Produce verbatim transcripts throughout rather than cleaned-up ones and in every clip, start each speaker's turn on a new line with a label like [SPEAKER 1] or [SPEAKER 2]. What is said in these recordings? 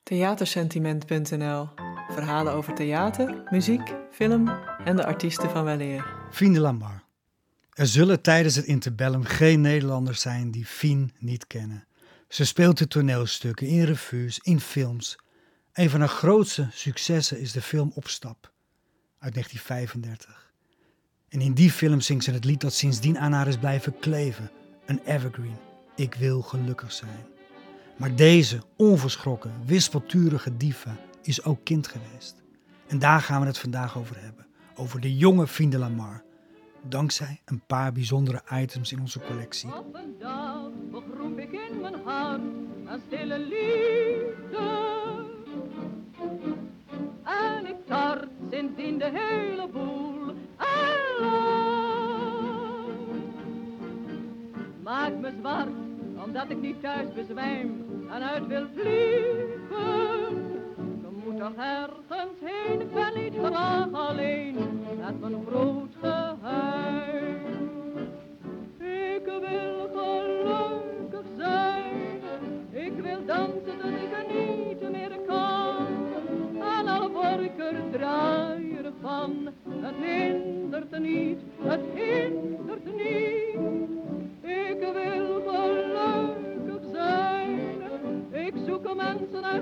[SPEAKER 1] theatersentiment punt n l. Verhalen over theater, muziek, film en de artiesten van weleer.
[SPEAKER 2] Fien de Lamar. Er zullen tijdens het interbellum geen Nederlanders zijn die Fien niet kennen. Ze speelt in toneelstukken, in revues, in films. Een van haar grootste successen is de film Opstap uit negentien vijfendertig. En in die film zingt ze het lied dat sindsdien aan haar is blijven kleven. Een evergreen. Ik wil gelukkig zijn. Maar deze onverschrokken, wispelturige diva is ook kind geweest. En daar gaan we het vandaag over hebben. Over de jonge Fien de Lamar. Dankzij een paar bijzondere items in onze collectie.
[SPEAKER 3] Op een dag begroef ik in mijn hart een stille liefde. En ik tart sindsdien de hele boel alleen. Maak me zwart, omdat ik niet thuis bezwijm en uit wil vliegen. Je moet toch ergens heen, ik ben niet graag alleen, met mijn groot geheim. Ik wil gelukkig zijn, ik wil dansen dat ik er niet meer kan. En al word ik er draaier van, het hindert er niet, het hindert niet. Ik wil gelukkig zijn, ik zoek mensen uit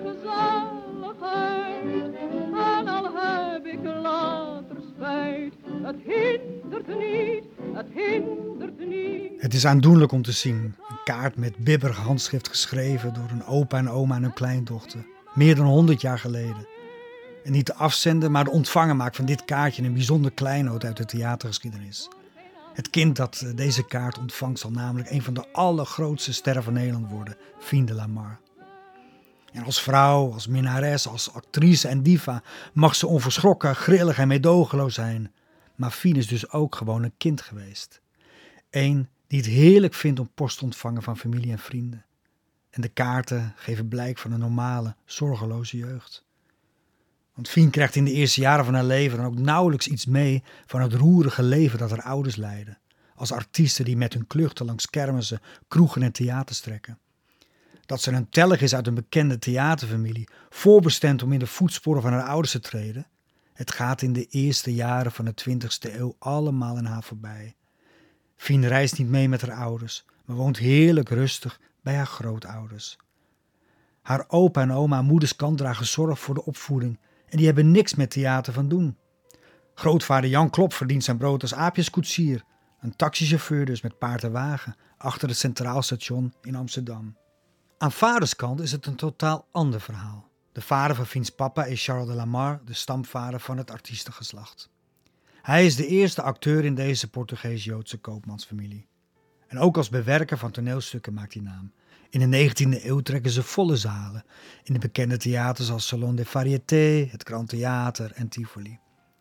[SPEAKER 3] gezelligheid. En al heb ik later spijt, het hindert niet, het hindert niet.
[SPEAKER 2] Het is aandoenlijk om te zien. Een kaart met bibberig handschrift geschreven door een opa en oma en hun kleindochter. Meer dan honderd jaar geleden. En niet de afzender, maar de ontvanger maakt van dit kaartje een bijzonder kleinood uit de theatergeschiedenis. Het kind dat deze kaart ontvangt zal namelijk een van de allergrootste sterren van Nederland worden, Fien de Lamar. En als vrouw, als minnares, als actrice en diva mag ze onverschrokken, grillig en meedogenloos zijn. Maar Fien is dus ook gewoon een kind geweest. Eén die het heerlijk vindt om post te ontvangen van familie en vrienden. En de kaarten geven blijk van een normale, zorgeloze jeugd. Want Fien krijgt in de eerste jaren van haar leven dan ook nauwelijks iets mee van het roerige leven dat haar ouders leidden. Als artiesten die met hun kluchten langs kermissen, kroegen en theaters trekken. Dat ze een tellig is uit een bekende theaterfamilie, voorbestemd om in de voetsporen van haar ouders te treden. Het gaat in de eerste jaren van de twintigste eeuw allemaal aan haar voorbij. Fien reist niet mee met haar ouders, maar woont heerlijk rustig bij haar grootouders. Haar opa en oma aan moeders kant dragen zorg voor de opvoeding en die hebben niks met theater van doen. Grootvader Jan Klop verdient zijn brood als aapjeskoetsier, een taxichauffeur dus met paard en wagen, achter het Centraal Station in Amsterdam. Aan vaderskant is het een totaal ander verhaal. De vader van Fiens papa is Charles de Lamar, de stamvader van het artiestengeslacht. Hij is de eerste acteur in deze Portugees-Joodse koopmansfamilie. En ook als bewerker van toneelstukken maakt hij naam. In de negentiende eeuw trekken ze volle zalen, in de bekende theaters als Salon des Variétés, het Grand Theater en Tivoli.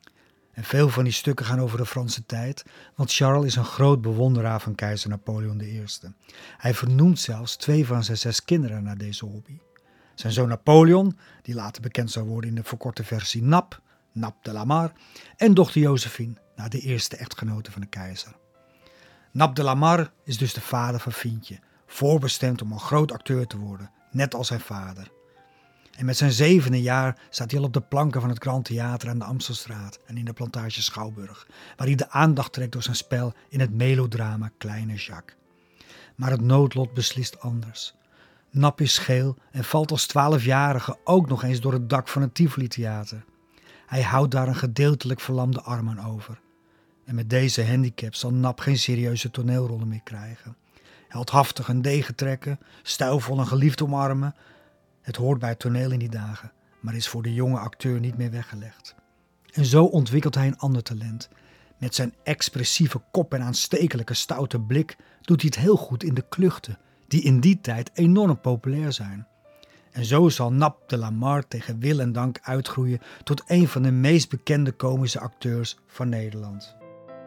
[SPEAKER 2] En veel van die stukken gaan over de Franse tijd, want Charles is een groot bewonderaar van keizer Napoleon de Eerste. Hij vernoemt zelfs twee van zijn zes kinderen naar deze hobby. Zijn zoon Napoleon, die later bekend zou worden in de verkorte versie Nap, Nap de Lamar, en dochter Josephine, naar de eerste echtgenote van de keizer. Nap de Lamar is dus de vader van Fientje, voorbestemd om een groot acteur te worden, net als zijn vader. En met zijn zevende jaar staat hij al op de planken van het Grand Theater aan de Amstelstraat en in de Plantage Schouwburg, waar hij de aandacht trekt door zijn spel in het melodrama Kleine Jacques. Maar het noodlot beslist anders. Nap is scheel en valt als twaalfjarige ook nog eens door het dak van het Tivoli-theater. Hij houdt daar een gedeeltelijk verlamde arm aan over. En met deze handicap zal Nap geen serieuze toneelrollen meer krijgen. Heldhaftig een degen trekken, stijlvol een geliefde omarmen. Het hoort bij het toneel in die dagen, maar is voor de jonge acteur niet meer weggelegd. En zo ontwikkelt hij een ander talent. Met zijn expressieve kop en aanstekelijke stoute blik doet hij het heel goed in de kluchten, die in die tijd enorm populair zijn. En zo zal Nap de Lamar tegen wil en dank uitgroeien tot een van de meest bekende komische acteurs van Nederland.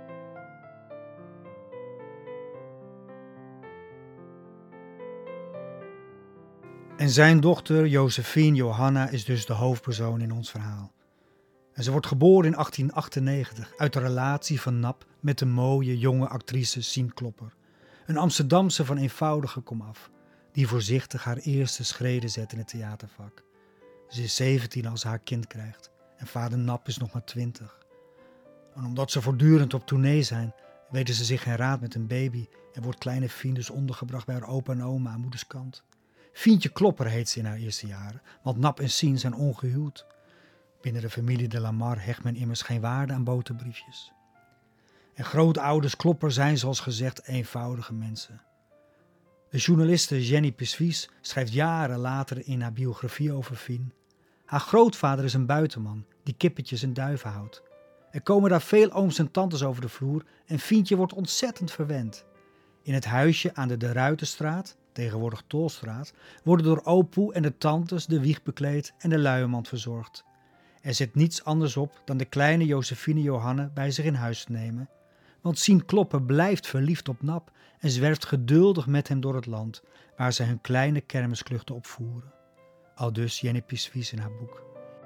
[SPEAKER 2] En zijn dochter Josephine Johanna is dus de hoofdpersoon in ons verhaal. En ze wordt geboren in achttien achtennegentig uit de relatie van Nap met de mooie jonge actrice Sien Klopper. Een Amsterdamse van eenvoudige komaf, die voorzichtig haar eerste schreden zet in het theatervak. Ze is zeventien als ze haar kind krijgt en vader Nap is nog maar twintig. En omdat ze voortdurend op tournee zijn, weten ze zich geen raad met een baby en wordt kleine Fien dus ondergebracht bij haar opa en oma aan moeders kant. Fientje Klopper heet ze in haar eerste jaren, want Nap en Sien zijn ongehuwd. Binnen de familie de Lamar hecht men immers geen waarde aan boterbriefjes. En grootouders Klopper zijn zoals gezegd eenvoudige mensen. De journaliste Jenny Pisvies schrijft jaren later in haar biografie over Fien. Haar grootvader is een buitenman die kippetjes en duiven houdt. Er komen daar veel ooms en tantes over de vloer en Fientje wordt ontzettend verwend. In het huisje aan de De Ruitenstraat, tegenwoordig Tolstraat, worden door opoe en de tantes de wieg bekleed en de luienmand verzorgd. Er zit niets anders op dan de kleine Josephine Johanne bij zich in huis te nemen. Want Sien Klopper blijft verliefd op Nap en zwerft geduldig met hem door het land, waar ze hun kleine kermiskluchten opvoeren. Aldus Jenny Pisvies in haar boek.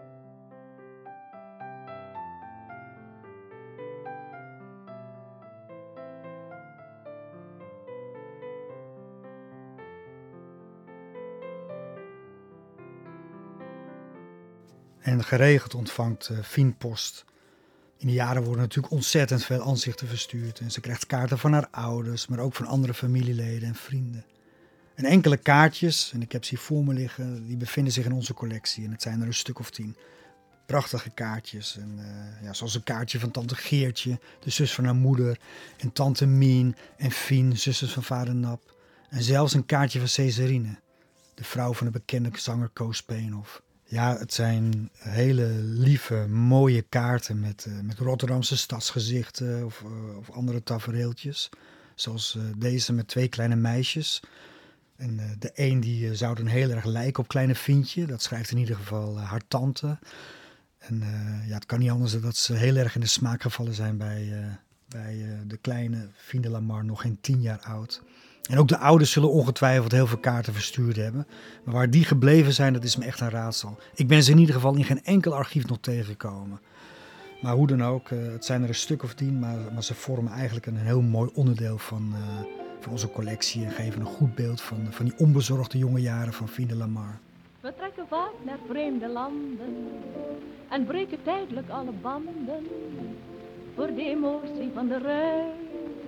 [SPEAKER 2] En geregeld ontvangt uh, Fien post. In de jaren worden natuurlijk ontzettend veel aanzichten verstuurd. En ze krijgt kaarten van haar ouders, maar ook van andere familieleden en vrienden. En enkele kaartjes, en ik heb ze hier voor me liggen, die bevinden zich in onze collectie. En het zijn er een stuk of tien. Prachtige kaartjes. En, uh, ja, zoals een kaartje van tante Geertje, de zus van haar moeder. En tante Mien en Fien, zusters van vader Nap. En zelfs een kaartje van Cesarine, de vrouw van de bekende zanger Koos Speenhof. Ja, het zijn hele lieve, mooie kaarten met, uh, met Rotterdamse stadsgezichten of, uh, of andere tafereeltjes. Zoals uh, deze met twee kleine meisjes. En uh, de een die uh, zou dan heel erg lijken op kleine Fientje. Dat schrijft in ieder geval uh, haar tante. En uh, ja, het kan niet anders dan dat ze heel erg in de smaak gevallen zijn bij, uh, bij uh, de kleine Fien de Lamar, nog geen tien jaar oud. En ook de ouders zullen ongetwijfeld heel veel kaarten verstuurd hebben. Maar waar die gebleven zijn, dat is me echt een raadsel. Ik ben ze in ieder geval in geen enkel archief nog tegengekomen. Maar hoe dan ook, uh, het zijn er een stuk of tien, maar, maar ze vormen eigenlijk een heel mooi onderdeel van, uh, van onze collectie. En geven een goed beeld van, van die onbezorgde jonge jaren van Fien de Lamar.
[SPEAKER 3] We trekken vaak naar vreemde landen en breken tijdelijk alle banden voor de emotie van de reis.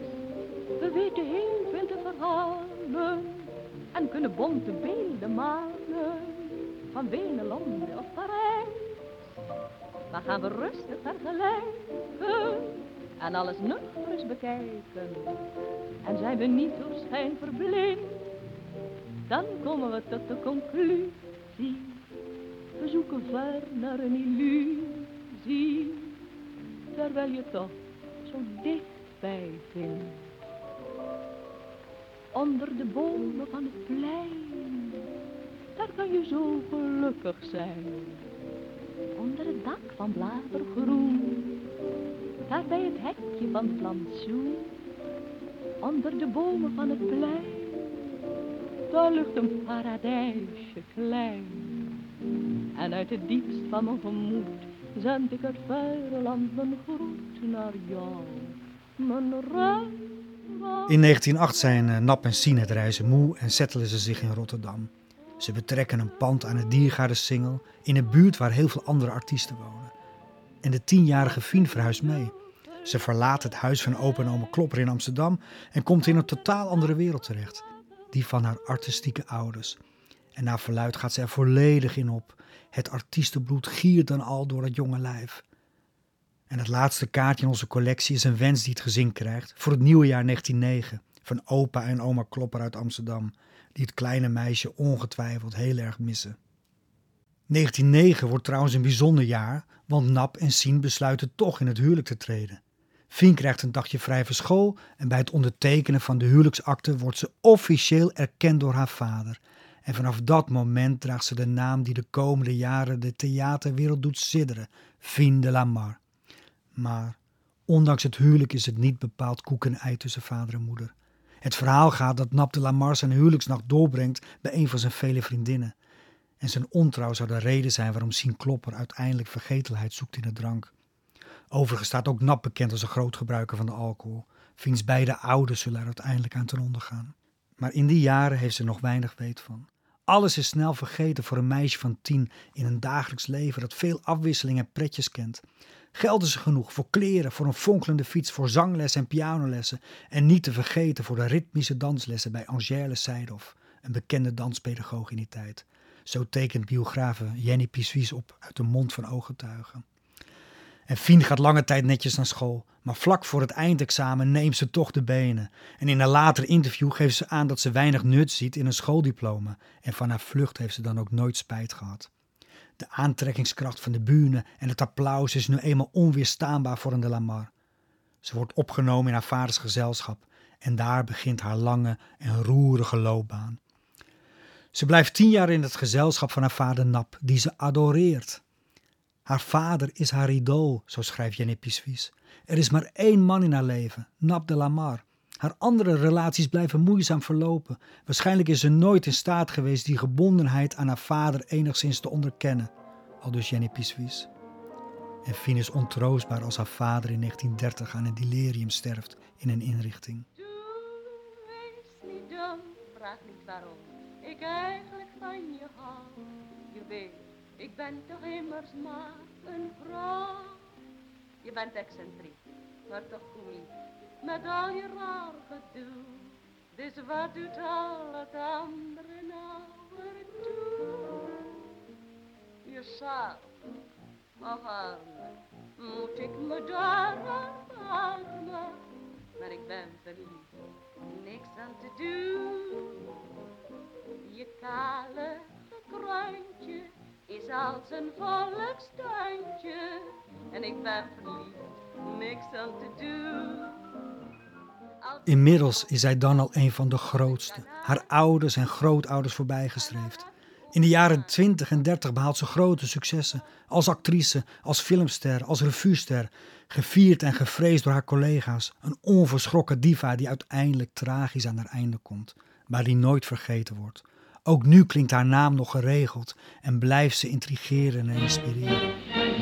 [SPEAKER 3] We weten heel veel te verhalen en kunnen bonte beelden malen van Wenen, Londen of Parijs. Maar gaan we rustig vergelijken en alles nuchter eens bekijken. En zijn we niet door schijn verblind, dan komen we tot de conclusie. We zoeken ver naar een illusie, terwijl je toch zo dichtbij vindt. Onder de bomen van het plein, daar kan je zo gelukkig zijn. Onder het dak van bladergroen, daar bij het hekje van het plantsoen. Onder de bomen van het plein, daar ligt een paradijsje klein. En uit het diepst van mijn gemoed zend ik het verre land mijn groet naar jou, mijn ruim.
[SPEAKER 2] In negentien nul acht zijn uh, Nap en Sien het reizen moe en settelen ze zich in Rotterdam. Ze betrekken een pand aan het Diergaarde Singel in een buurt waar heel veel andere artiesten wonen. En de tienjarige Fien verhuist mee. Ze verlaat het huis van opa en oma Klopper in Amsterdam en komt in een totaal andere wereld terecht. Die van haar artistieke ouders. En naar verluidt gaat ze er volledig in op. Het artiestenbloed giert dan al door het jonge lijf. En het laatste kaartje in onze collectie is een wens die het gezin krijgt voor het nieuwe jaar negentien nul negen. Van opa en oma Klopper uit Amsterdam, die het kleine meisje ongetwijfeld heel erg missen. negentien nul negen wordt trouwens een bijzonder jaar, want Nap en Sien besluiten toch in het huwelijk te treden. Fien krijgt een dagje vrij van school en bij het ondertekenen van de huwelijksakte wordt ze officieel erkend door haar vader. En vanaf dat moment draagt ze de naam die de komende jaren de theaterwereld doet sidderen, Fien de Lamar. Maar ondanks het huwelijk is het niet bepaald koek en ei tussen vader en moeder. Het verhaal gaat dat Nap de Lamar zijn huwelijksnacht doorbrengt bij een van zijn vele vriendinnen. En zijn ontrouw zou de reden zijn waarom Sien Klopper uiteindelijk vergetelheid zoekt in de drank. Overigens staat ook Nap bekend als een groot gebruiker van de alcohol. Fiens beide ouders zullen er uiteindelijk aan ten onder gaan. Maar in die jaren heeft ze nog weinig weet van. Alles is snel vergeten voor een meisje van tien in een dagelijks leven dat veel afwisseling en pretjes kent. Geld is er genoeg voor kleren, voor een fonkelende fiets, voor zanglessen en pianolessen. En niet te vergeten voor de ritmische danslessen bij Angèle Seidhoff, een bekende danspedagoog in die tijd. Zo tekent biografe Jenny Pissuis op uit de mond van ooggetuigen. En Fien gaat lange tijd netjes naar school, maar vlak voor het eindexamen neemt ze toch de benen. En in een later interview geeft ze aan dat ze weinig nut ziet in een schooldiploma. En van haar vlucht heeft ze dan ook nooit spijt gehad. De aantrekkingskracht van de bühne en het applaus is nu eenmaal onweerstaanbaar voor een de Lamar. Ze wordt opgenomen in haar vaders gezelschap en daar begint haar lange en roerige loopbaan. Ze blijft tien jaar in het gezelschap van haar vader Nap, die ze adoreert. Haar vader is haar idool, zo schrijft Jenny Pissuis. Er is maar één man in haar leven, Nap de Lamar. Haar andere relaties blijven moeizaam verlopen. Waarschijnlijk is ze nooit in staat geweest die gebondenheid aan haar vader enigszins te onderkennen, aldus Jenny Pissuis. En Fien is ontroostbaar als haar vader in negentien dertig aan een delirium sterft in een inrichting.
[SPEAKER 3] Doe, wees niet dom, vraag niet waarom ik eigenlijk van je hou. Je weet, ik ben toch immers maar een vrouw. Je bent excentriek, maar toch goed, met al je raar gedoe. Dus wat doet al het andere nou ertoe? Je zaal, ach arme, moet ik me daar aan armen? Maar ik ben verliefd, niks aan te doen. Je kale kruintje is als een volkstuintje. En ik ben verliefd, niks aan te doen.
[SPEAKER 2] Inmiddels is zij dan al een van de grootste, haar ouders en grootouders voorbijgestreefd. In de jaren twintig en dertig behaalt ze grote successen, als actrice, als filmster, als revuester, gevierd en gevreesd door haar collega's, een onverschrokken diva die uiteindelijk tragisch aan haar einde komt, maar die nooit vergeten wordt. Ook nu klinkt haar naam nog geregeld en blijft ze intrigeren en inspireren.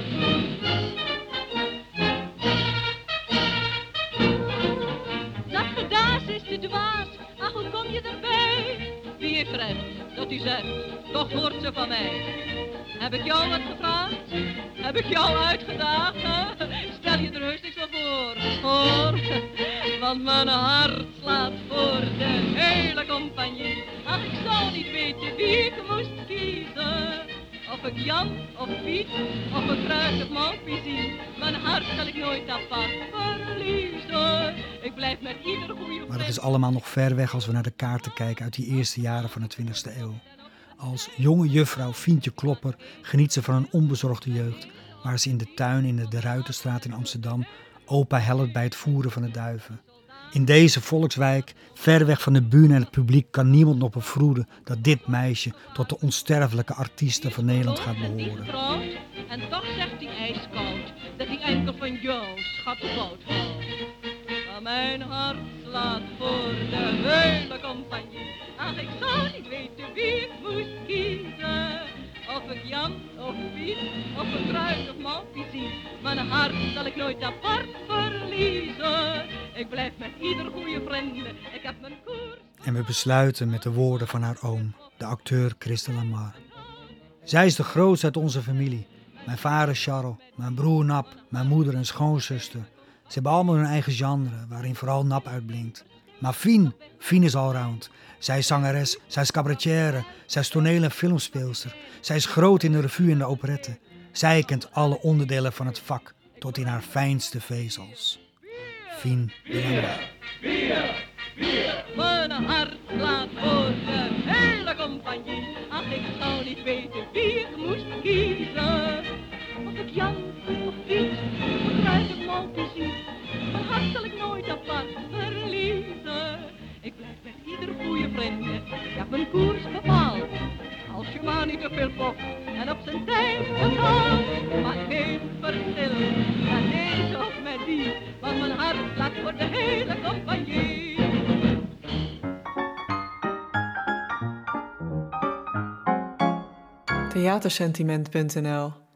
[SPEAKER 3] Dat gedaas is te dwaas, ach hoe kom je erbij? Wie heeft recht dat u zegt, toch hoort ze van mij. Heb ik jou wat gevraagd? Heb ik jou uitgedaagd? Hè? Stel je er heus niks van voor, hoor. Want mijn hart slaat voor de hele compagnie. Ach, ik zou niet weten wie ik moest kiezen. Of ik Jan of Piet, of ik Kruis of Monkey zie. Mijn hart zal ik nooit apart verliezen. Ik blijf met ieder goede.
[SPEAKER 2] Maar het is allemaal nog ver weg als we naar de kaarten kijken uit die eerste jaren van de twintigste eeuw. Als jonge juffrouw Fientje Klopper geniet ze van een onbezorgde jeugd, waar ze in de tuin in de De Ruiterstraat in Amsterdam opa helpt bij het voeren van de duiven. In deze volkswijk, ver weg van de bühne en het publiek, kan niemand nog bevroeden dat dit meisje tot de onsterfelijke artiesten van Nederland gaat behoren.
[SPEAKER 3] En toch zegt hij ijskoud dat hij enkel van jou schatgoud houdt. Maar mijn hart slaat voor de hele compagnie. Ach, ik zou niet weten wie ik moest kiezen. Of ik Jan of Piet, of een Kruis of Monkey zie. Mijn hart zal ik nooit apart verliezen. Ik blijf met ieder goede vrienden. Ik heb mijn koers.
[SPEAKER 2] En we besluiten met de woorden van haar oom, de acteur Chris de Lamar. Zij is de grootste uit onze familie. Mijn vader Charles, mijn broer Nap, mijn moeder en schoonzuster. Ze hebben allemaal hun eigen genre, waarin vooral Nap uitblinkt. Maar Fien, Fien is allround. Zij is zangeres, zij is cabaretière, zij is toneel- en filmspeelster. Zij is groot in de revue en de operette. Zij kent alle onderdelen van het vak, tot in haar fijnste vezels. Fien de Lamar.
[SPEAKER 3] Mijn hart slaat voor de hele compagnie. Ach, ik zou niet weten wie ik moest kiezen. Of ik Jan of Piet, of een Kruis of Monkey zie. Mijn hart zal ik nooit apart verliezen. Ik blijf met ieder goede vriend. Ik heb mijn koers bepaald. Als je maar niet te veel pocht en op zijn tijd betaalt. Maar geen verschil met deze of met die. Want mijn hart slaat voor de hele compagnie.
[SPEAKER 1] theatersentiment punt n l